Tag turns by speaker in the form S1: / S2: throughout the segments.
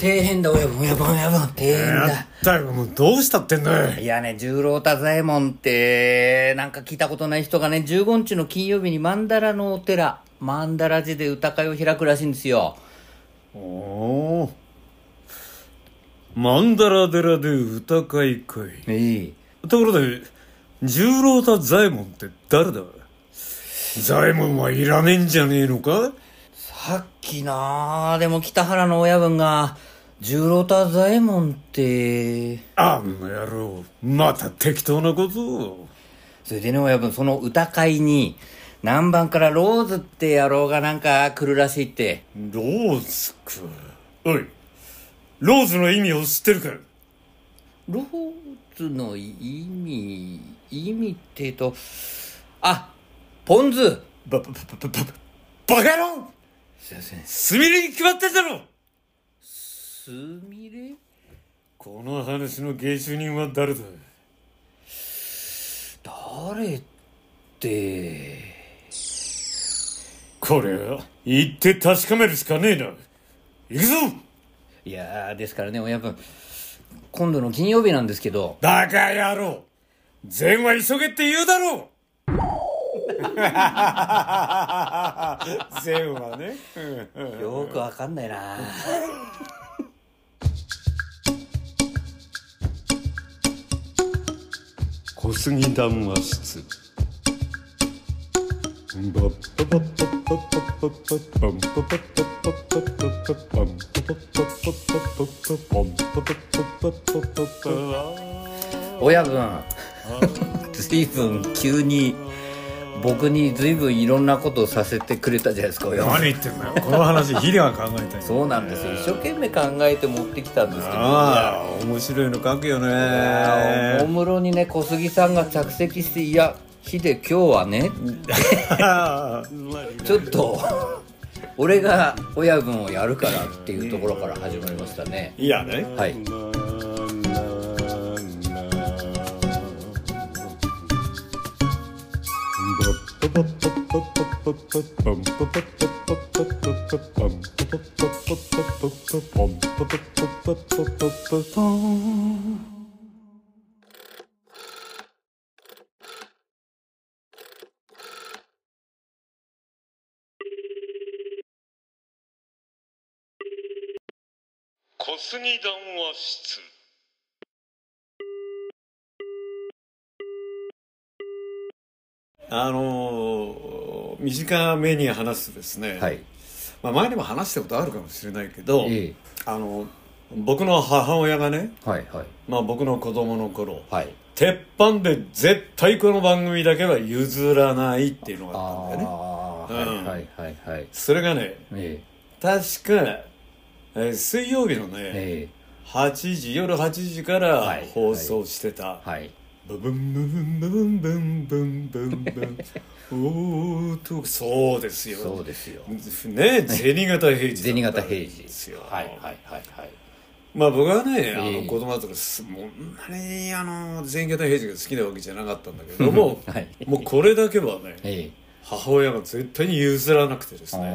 S1: 底辺だ、親分底辺だ。
S2: だよ、もうどうしたってんだよ。
S1: いやね、十郎太左衛門ってなんか聞いたことない人がね、15日の金曜日に曼荼羅のお寺曼荼羅寺で歌会を開くらしいんですよ。
S2: おお、曼荼羅寺で歌会かい。ところで十郎太左衛門って誰だ。左衛門はいらねえんじゃねえのか。
S1: さっきなでも北原の親分が十郎太左衛門って
S2: あんな野郎、また適当なことを。
S1: それでね、親分、その歌会に南蛮からローズって野郎がなんか来るらしいって。
S2: ローズか。おい、ローズの意味を知ってるか。
S1: ローズの意味ってと、あ、ポン酢。
S2: バカ野郎、
S1: すいません。
S2: すみれに決まってんだろ。
S1: すみれ？
S2: この話の芸主人は誰だ。
S1: 誰って。
S2: これは言って確かめるしかねえな。行くぞ。
S1: いやー、ですからね、親分、今度の金曜日なんですけど。
S2: バカ野郎、善は急げって言うだろう。善はね。
S1: よくわかんないな。
S2: 小杉談話室。
S1: 親分、随分急に僕に随分いろんなことをさせてくれたじゃないですか。親分、
S2: 何言ってんだよ。この話ヒデが考えたよ。
S1: そうなんですよ、一生懸命考えて持ってきたんですけど。
S2: ああ、面白いの書くよね。
S1: おもむろにね、小杉さんが着席して、いやヒデ今日はねちょっと俺が親分をやるからっていうところから始まりましたね。
S2: いやね、
S1: はい。
S2: 小杉談話室。短めに話すとですね、
S1: はい。
S2: 前にも話したことあるかもしれないけど、僕の母親がね、
S1: はいはい。
S2: 僕の子供の頃、
S1: はい。
S2: 鉄板で絶対この番組だけは譲らないっていうのがあったんだよね。
S1: はいはいはい。
S2: それがね、確か、水曜日のね、夜8時から放送してた、ブブンブブンブブンブンブンブンブンおーと、そうですよ。
S1: そうですよ。
S2: ね、銭形平次。
S1: 銭形平次
S2: ですよ。
S1: はいはいはいはい。
S2: 僕はね、子供だとかそんなに銭形平次が好きなわけじゃなかったんだけども、もうこれだけはね、母親が絶対に譲らなくてですね。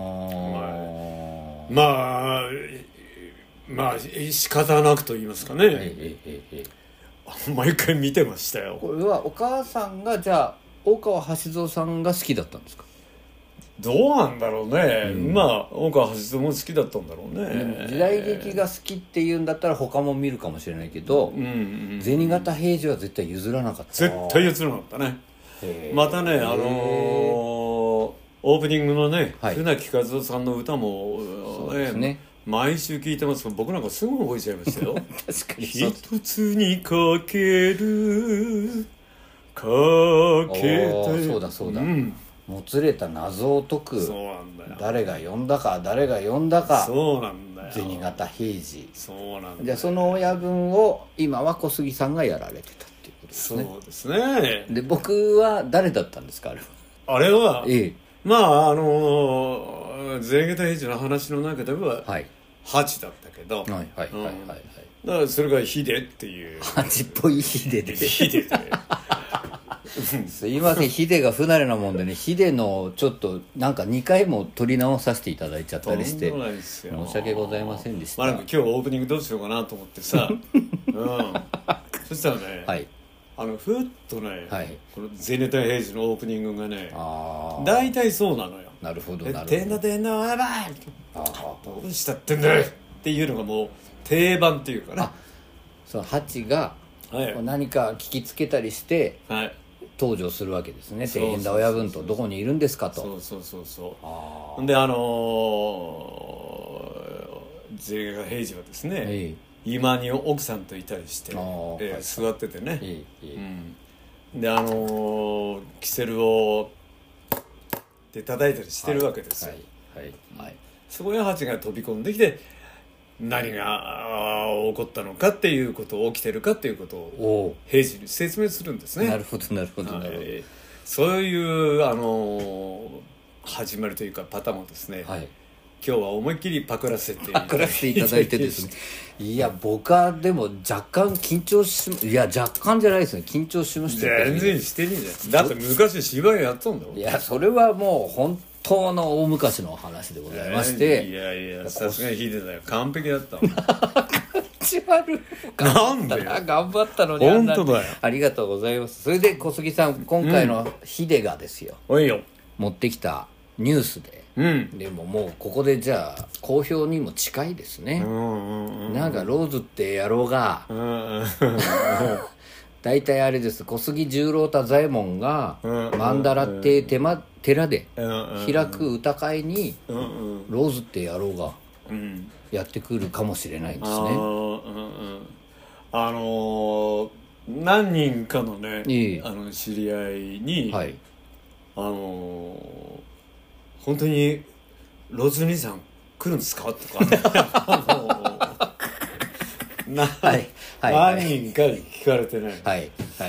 S2: 仕方なくと言いますかね。毎回見てましたよ。
S1: これはお母さんがじゃあ大川橋蔵さんが好きだったんですか。
S2: どうなんだろうね。大川橋蔵も好きだったんだろうね。
S1: 時代劇が好きっていうんだったら他も見るかもしれないけど、銭形平次は絶対譲らなかった。
S2: 絶対譲らなかったね。またね、オープニングのね、船木和夫さんの歌も毎週聞いてますけど、僕なんかすぐ覚えちゃいましたよ。
S1: 確かに。
S2: 一つにかけるかけて、
S1: そうだそうだ、もつれた謎を解く。
S2: そうなんだよ。
S1: 誰が呼んだか誰が呼んだか。
S2: そうなんだよ。
S1: 銭形平次。
S2: そうなんだよ。
S1: じゃあその親分を今は小杉さんがやられてたっていうことですね。
S2: そうですね。
S1: で、僕は誰だったんですか、
S2: あれは。銭形平次の話の中では八だったけど、だからそれが秀っていう、
S1: 八っぽい秀で。 すいません、ヒデが不慣れなもんでね、ヒデのちょっとなんか2回も撮り直させていただいちゃったりして、申し訳ございませんでした。
S2: なんか今日オープニングどうしようかなと思ってさ、そしたらね、はい、ふっとね、はい、このゼネタイヘイジのオープニングがね、大体そうなのよ。
S1: なるほどなるほど。
S2: てんのあばい、どうしたってんだよっていうのがもう定番っていうかね。
S1: そのハチが何か聞きつけたりして、はい、登場するわけですね。大変だ親分とどこにいるんですかと。そうでゼネタイヘイジはですね、居間に奥さんといたりして、座っててね、でキセルをで叩いたりしてるわけですよ。そこにハチが飛び込んできて、何が起こったのかっていうことを、起きてるかっていうことを平時に説明するんですね。 なるほどなるほど、
S2: そういう始まりというかパターンもですね、はい、今日は思いっきりパクらせていただいて
S1: ですねいや僕はでも若干緊張いや若干じゃないですね、緊張しましたよ。
S2: 全然してねえじゃん。だって昔芝居やったんだろ。
S1: いやそれはもう本当の大昔の話でございまして、
S2: いやさすがにヒデだよ、完璧だった
S1: なんで頑張ったのに。
S2: 本当だよ、
S1: ありがとうございます。それで小杉さん、今回のヒデがですよ、持ってきたニュースで、でももうここでじゃあ好評にも近いですね。なんかローズって野郎が大体あれです、小杉十郎太左衛門が曼荼羅って寺で開く歌会にローズって野郎がやってくるかもしれないんですね。
S2: 何人かのね、知り合いに、はい、本当にローズ兄さん来るんですかとか何人かに聞かれてね、はいはい、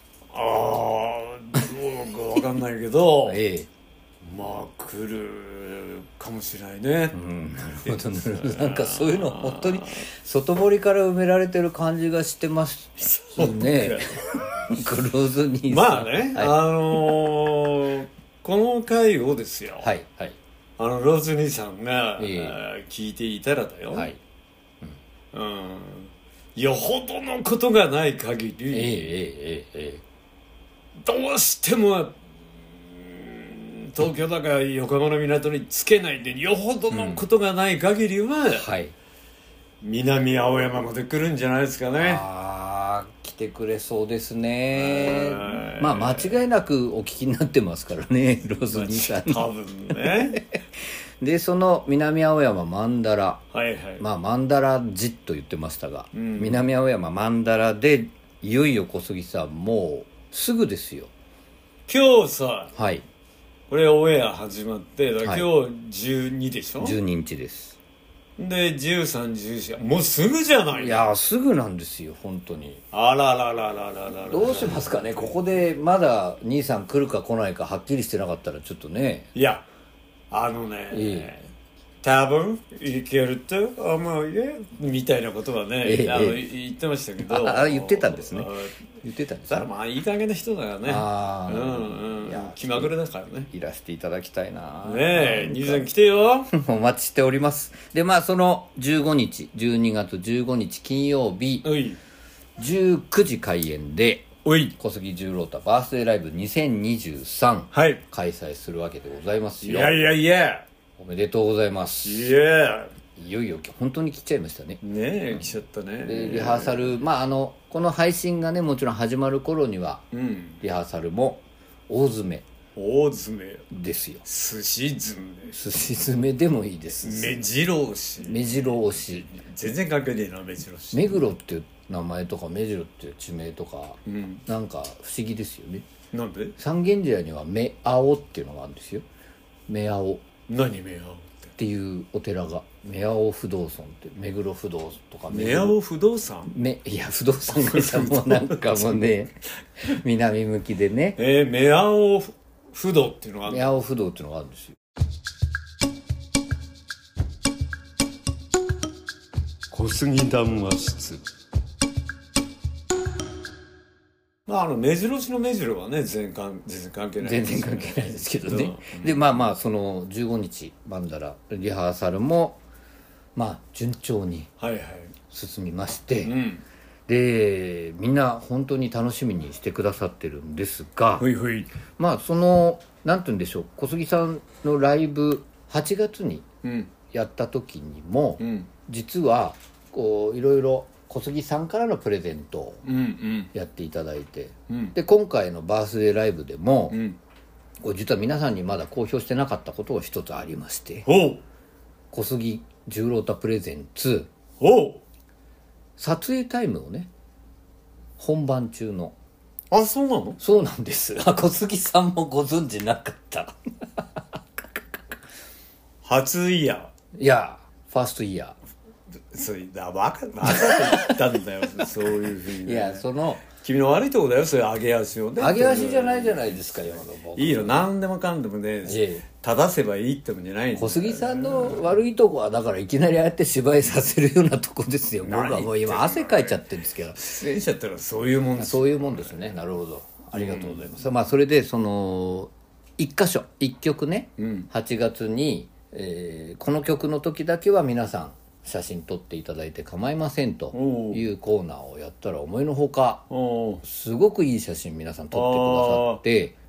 S2: どうか分かんないけど、まあ来るかもしれないね、
S1: なるほどなるほど。なんかそういうの本当に外堀から埋められてる感じがしてますねクローズ兄さん。
S2: まあね、この回をですよ、はいはい、ローズ兄さんが、聞いていたらだよ、はい、よほどのことがない限り、どうしても東京だから横浜の港につけないで、よほどのことがない限りは、はい、南青山まで来るんじゃないですかね。
S1: 来てくれそうですね。まあ間違いなくお聞きになってますからね、ローズ兄さん。
S2: 多分ね
S1: でその南青山曼荼羅、まあ曼荼羅寺と言ってましたが、南青山曼荼羅でいよいよ小杉さんもうすぐですよ。
S2: 今日さ、はい、これオンエア始まって今日12でしょ。
S1: 12日です。
S2: で13、14、もうすぐじゃない。
S1: いやすぐなんですよ本当に。
S2: あらららららら。
S1: どうしますかね、ここでまだ兄さん来るか来ないかはっきりしてなかったらちょっとね。
S2: いや多分いけると思うよみたいなことはね、言ってましたけど。
S1: 言ってたんですね。言ってたんですね。
S2: まあいい加減な人だからね。気まぐれだからね。
S1: いらしていただきたいな。
S2: ねえ、兄さん来てよ。
S1: お待ちしております。でまあその15日12月15日金曜日19時開演で小杉十郎太バースデーライブ2023、はい、開催するわけでございますよ。
S2: いや
S1: おめでとうございます。
S2: いよ
S1: いよ本当に来ちゃいましたね。
S2: ねえ、来ちゃったね。
S1: でリハーサル、まあこの配信がねもちろん始まる頃には、リハーサルも大詰めですよ。
S2: 寿司
S1: 詰めでもいいです。
S2: 目白押し全然関係ねえな。目白押し、
S1: 目黒っていう名前とか目白っていう地名とか、なんか不思議ですよね。
S2: なんで？
S1: 三軒茶屋には目青っていうのがあるんですよ。目青。
S2: 何目青
S1: っていうお寺が、目青不動尊って目黒不動とか
S2: 目青不動産
S1: いや不動産会社もなんかもね南向きでね、
S2: 目青不動っていうのがある。
S1: 目青不動っていうのがあるんですよ。
S2: 小杉談話室。 目白押しの目白はね全然関係ない、
S3: 全然関係ないですけどね、でまあその15日バンダラリハーサルも順調に進みまして、でみんな本当に楽しみにしてくださってるんですが、そのなんて言うんでしょう、小杉さんのライブ8月にやった時にも、実はこういろいろ小杉さんからのプレゼントをやっていただいて、で今回のバースデーライブでも、実は皆さんにまだ公表してなかったことが一つありまして、小杉十郎太プレゼンツ撮影タイムをね、本番中の。
S2: そうなの？
S3: そうなんです。小杉さんもご存知なかった
S2: 初イヤ
S3: ー、いやファーストイヤー、
S2: そうだ分かったんだよそういうふうに、ね、
S3: いやその
S2: 君の悪いとこだよ、そういう上げ足をね。
S3: 上げ足じゃないじゃないですかよ。
S2: いいの、何でもかんでもね、正せばいいってもんじゃないんだよ。
S3: 小杉さんの悪いとこはだからいきなりああやって芝居させるようなとこですよ。僕はもう今汗かいちゃってるんですけど。
S2: 出演者ってのはそういうもんです。
S3: そういうもんですね。なるほど、ありがとうございます。それでその1箇所1曲ね、8月に、この曲の時だけは皆さん写真撮っていただいて構いませんというコーナーをやったら、思いのほかすごくいい写真皆さん撮ってくださって、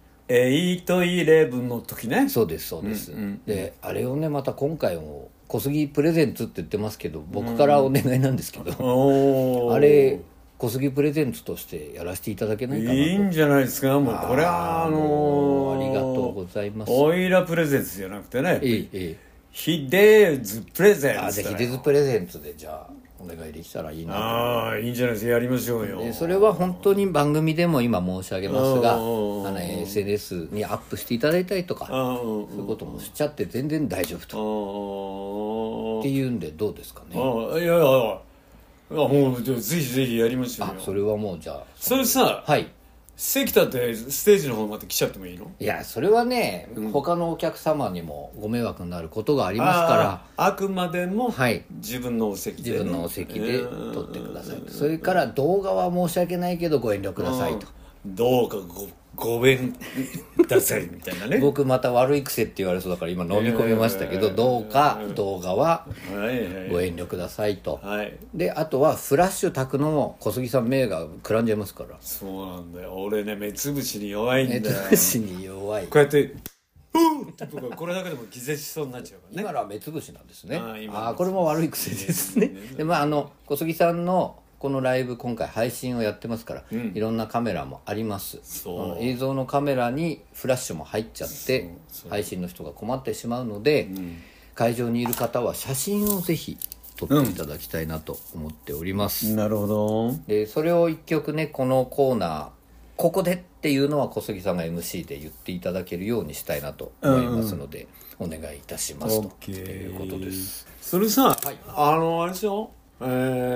S2: 8-11の時ね。
S3: そうですそうです、であれをねまた今回も小杉プレゼンツって言ってますけど、僕からお願いなんですけど、あれ小杉プレゼンツとしてやらせていただけないかなと。
S2: いいんじゃないですか。もうこれは
S3: ありがとうございます。
S2: オイラプレゼンツじゃなくてね、ヒデーズプレゼンツ。
S3: ヒデーズプレゼンツでじゃあお願いできたらいいな。
S2: いいんじゃないですか。やりましょうよ。
S3: でそれは本当に番組でも今申し上げますが、SNS にアップしていただいたりとか、そういうこともしちゃって全然大丈夫とっていうんで、どうですかね。
S2: いやもうぜひぜひやりましょうよ。
S3: それはもうじゃあ
S2: それさ、
S3: はい
S2: 関田ってステージの方まで来ちゃってもいいの？
S3: いやそれはね、他のお客様にもご迷惑になることがありますから、
S2: あくまでも自分のお席で、
S3: 自分のお席で撮ってくださいと。それから動画は申し訳ないけどご遠慮くださいと。
S2: どうかご弁くださいみたいなね
S3: 僕また悪い癖って言われそうだから今飲み込みましたけど、どうか動画はご遠慮くださいと、であとはフラッシュ焚くのも小杉さん目がくらんじゃいますから。
S2: そうなんだよ、俺ね目つぶしに弱いんだよ。
S3: 目つぶしに弱い。
S2: こうやってこれだけでも気絶しそうになっちゃうからね。
S3: 今のは目つぶしなんですね。これも悪い癖ですね。で小杉さんのこのライブ今回配信をやってますから、いろんなカメラもあります。映像のカメラにフラッシュも入っちゃって配信の人が困ってしまうので、会場にいる方は写真をぜひ撮っていただきたいなと思っております。
S2: なるほど。
S3: でそれを一曲ね、このコーナーここでっていうのは小杉さんが MC で言っていただけるようにしたいなと思いますので、お願いいたしますということです。
S2: それさ、あれでしょ、ラ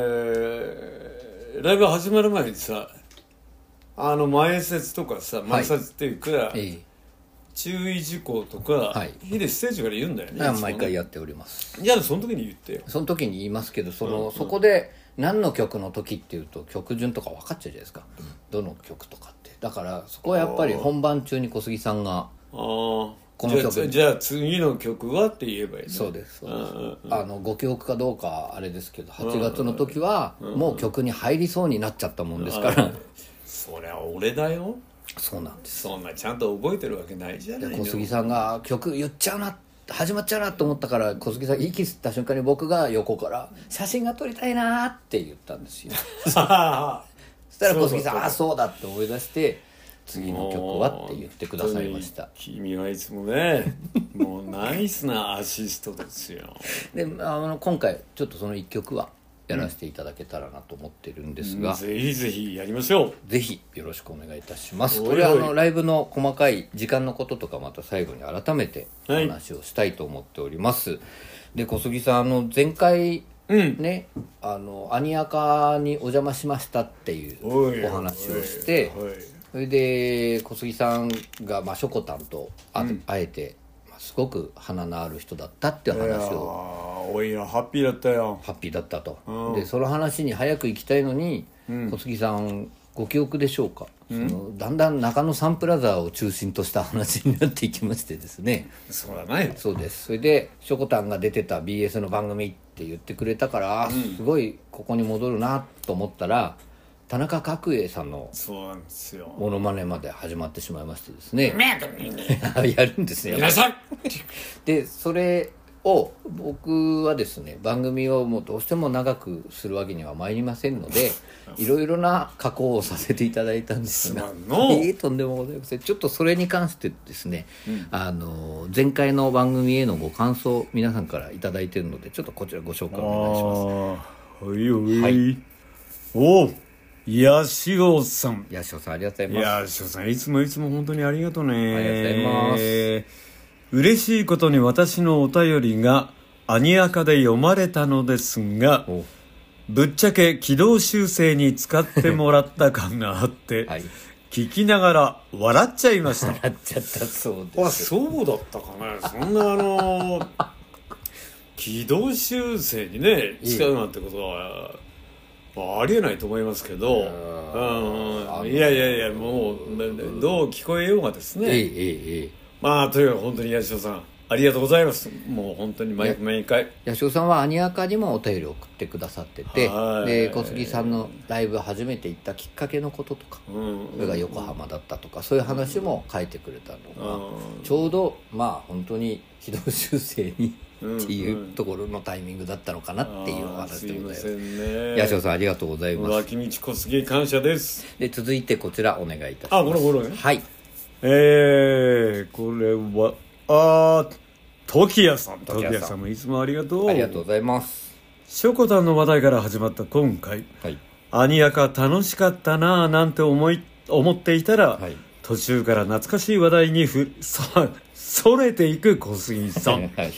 S2: イブ始まる前にさ、前説とかさ、前説っていうか、注意事項とか、ヒデステージから言うんだよね。
S3: 毎回やっております。
S2: じゃあその時に言ってよ。
S3: その時に言いますけど、そこで何の曲の時っていうと曲順とか分かっちゃうじゃないですか、どの曲とかって。だからそこはやっぱり本番中に小杉さんがこの曲
S2: じゃあ次の曲はって言えばいいね。
S3: そうですご記憶かどうかあれですけど、8月の時はもう曲に入りそうになっちゃったもんですから。
S2: そりゃ俺だよ。
S3: そうなんです。
S2: そんなちゃんと覚えてるわけないじゃないの。
S3: 小杉さんが曲言っちゃうな、始まっちゃうなと思ったから、小杉さん息吸った瞬間に僕が横から写真が撮りたいなって言ったんですよそしたら小杉さんそうだって思い出して、次の曲はって言ってくださいました。
S2: 君はいつもねもうナイスなアシストですよ。
S3: で今回ちょっとその1曲はやらせていただけたらなと思ってるんですが、
S2: ぜひぜひやりましょう。
S3: ぜひよろしくお願いいたします。これはライブの細かい時間のこととかまた最後に改めてお話をしたいと思っております。で小杉さん前回ね、アニアカにお邪魔しましたっていうお話をして、それで小杉さんがしょこたんと会えて、すごく花のある人だったっていう話を。
S2: おいらハッピーだったよ。
S3: ハッピーだったと。でその話に早く行きたいのに、小杉さんご記憶でしょうか、 だんだん中野サンプラザを中心とした話になっていきましてですね。
S1: そうだね。
S3: そうです。それでしょこたんが出てた BS の番組って言ってくれたから、すごいここに戻るなと思ったら、田中角栄さんのモノマネまで始まってしまいましてですね。やるんですよ。
S1: 皆さん
S3: でそれを僕はですね、番組をもうどうしても長くするわけには参りませんので、いろいろな加工をさせていただいたんですが、とんでもございません。ちょっとそれに関してですね、前回の番組へのご感想皆さんからいただいているので、ちょっとこちらご紹介お願いします。
S1: はい。おヤシオさん。
S3: ヤシオさん、ありがとうございます。
S1: ヤシオさん、いつも本当にありがとうね。
S3: ありがとうございます。
S1: 嬉しいことに私のお便りがアニアカで読まれたのですが、ぶっちゃけ軌道修正に使ってもらった感があって、はい、聞きながら笑っちゃいました。
S3: 笑っちゃったそうです。あ、
S1: そうだったかね。そんな軌道修正にね使うなんてことはありえないと思いますけど、いやもうどう聞こえようがですね。まあとにかく本当に八代さんありがとうございます。もう本当に毎回
S3: 八代さんはアニアカにもお便りを送ってくださってて、で小杉さんのライブ初めて行ったきっかけのこととか、それが横浜だったとか、そういう話も書いてくれたのが、ちょうどまあ本当に軌道修正にっていうところのタイミングだったのかなっていうお話でございます。
S1: すいませんね。
S3: 八代さんありがとうございます。
S1: 脇道小杉感謝です。
S3: で続いてこちらお願いいたします。
S1: これ
S3: はい。
S1: これは時矢さんもいつもありがとう。
S3: ありがとうございます。
S1: しょこたんの話題から始まった今回、はい、アニアカ楽しかったなぁなんて思っていたら、はい、途中から懐かしい話題にそれていく小杉さん、はい、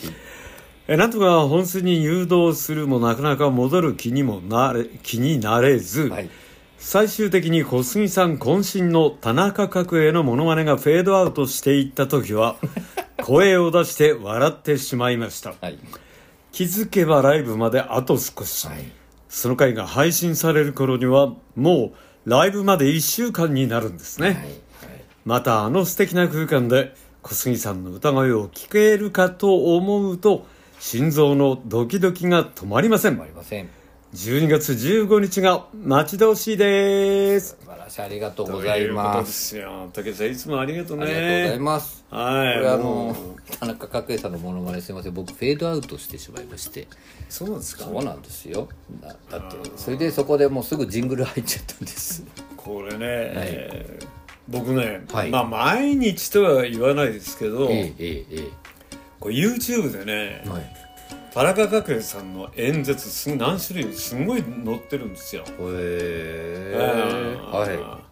S1: なんとか本筋に誘導するもなかなか戻る気になれず、はい、最終的に小杉さん渾身の田中角栄のモノマネがフェードアウトしていった時は声を出して笑ってしまいました、はい、気づけばライブまであと少し、はい、その回が配信される頃にはもうライブまで1週間になるんですね、はいはい、また素敵な空間で小杉さんの歌声を聴けるかと思うと心臓のドキドキが止まりません。12月15日が待ち遠しいです。
S3: 素晴らしい、ありがとうございます。
S1: 竹さんいつもありがとうね。
S3: ありがとうございます。
S1: はい。
S3: これ田中角栄さんのモノマネすいません、僕フェードアウトしてしまいまして。
S1: そうなんですか。
S3: そうなんですよ。だってそれでそこでもうすぐジングル入っちゃったんです。
S1: これね、はい、僕ね、はい、まあ毎日とは言わないですけど、これ YouTube でね、はい、田中角栄さんの演説何種類すごい載ってるんですよ。はい。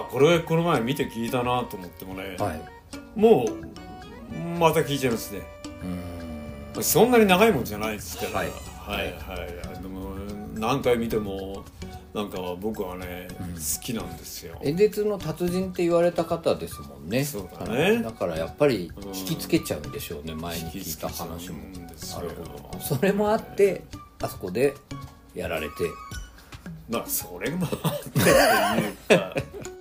S1: これこの前見て聞いたなと思ってもね、はい、もうまた聞いちゃいますね。そんなに長いもんじゃないですから、はいでも何回見てもなんか僕はね、好きなんですよ。
S3: 演説の達人って言われた方ですもんね。
S1: そうだね。
S3: だからやっぱり引きつけちゃうんでしょうね、前に聞いた話も。なるほど。それもあってあそこでやられて、
S1: まあそれもあってっていうか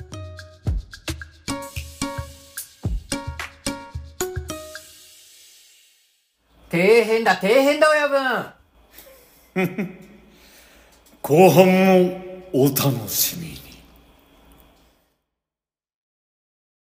S3: 底辺だ親分
S1: 後半もお楽しみに。